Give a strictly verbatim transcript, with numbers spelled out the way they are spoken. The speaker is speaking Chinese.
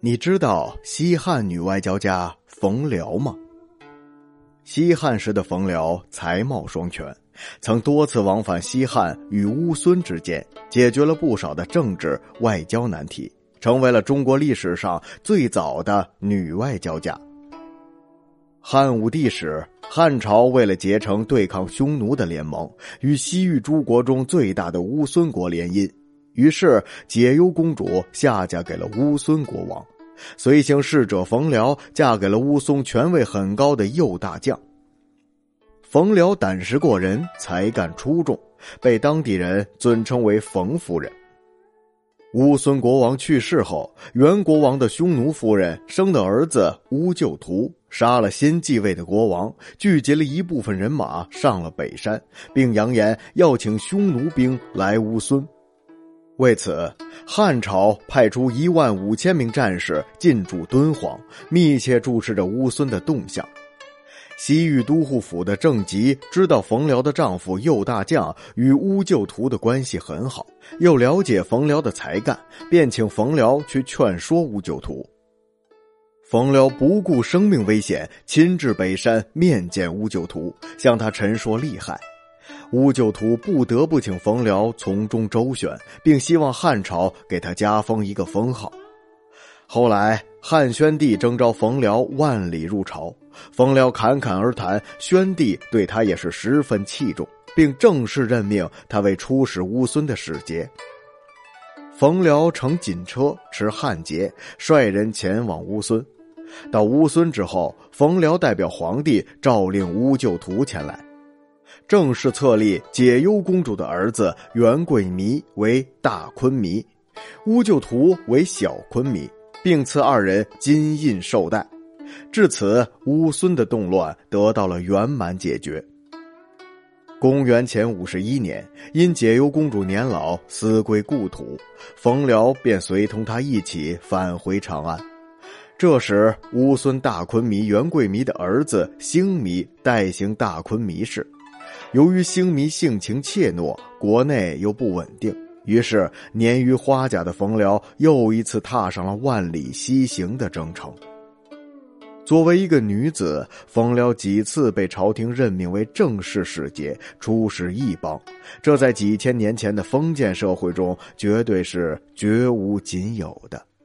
你知道西汉女外交家冯辽吗？西汉时的冯辽才貌双全，曾多次往返西汉与乌孙之间，解决了不少的政治外交难题，成为了中国历史上最早的女外交家。汉武帝时，汉朝为了结成对抗匈奴的联盟，与西域诸国中最大的乌孙国联姻，于是解忧公主下嫁给了乌孙国王，随行侍者冯辽嫁给了乌孙权位很高的右大将。冯辽胆识过人，才干出众，被当地人尊称为冯夫人。乌孙国王去世后，原国王的匈奴夫人生的儿子乌就图杀了新继位的国王，聚集了一部分人马上了北山，并扬言要请匈奴兵来乌孙。为此，汉朝派出一万五千名战士进驻敦煌，密切注视着乌孙的动向。西域都护府的郑吉知道冯辽的丈夫右大将与乌就图的关系很好，又了解冯辽的才干，便请冯辽去劝说乌就图。冯辽不顾生命危险，亲至北山面见乌就图，向他陈说利害。乌就图不得不请冯辽从中周旋，并希望汉朝给他加封一个封号。后来汉宣帝征召冯辽万里入朝，冯辽侃侃而谈，宣帝对他也是十分器重，并正式任命他为出使乌孙的使节。冯辽乘锦车持汉节，率人前往乌孙。到乌孙之后，冯辽代表皇帝诏令乌就图前来，正式册立解忧公主的儿子元贵弥为大昆弥，乌就图为小昆弥，并赐二人金印绶带。至此，乌孙的动乱得到了圆满解决。公元前五十一年，因解忧公主年老思归故土，冯辽便随同她一起返回长安。这时，乌孙大昆弥元贵弥的儿子兴弥代行大昆弥氏。由于兴弥性情怯懦，国内又不稳定，于是年逾花甲的冯辽又一次踏上了万里西行的征程。作为一个女子，冯辽几次被朝廷任命为正式使节，出使异邦，这在几千年前的封建社会中绝对是绝无仅有的。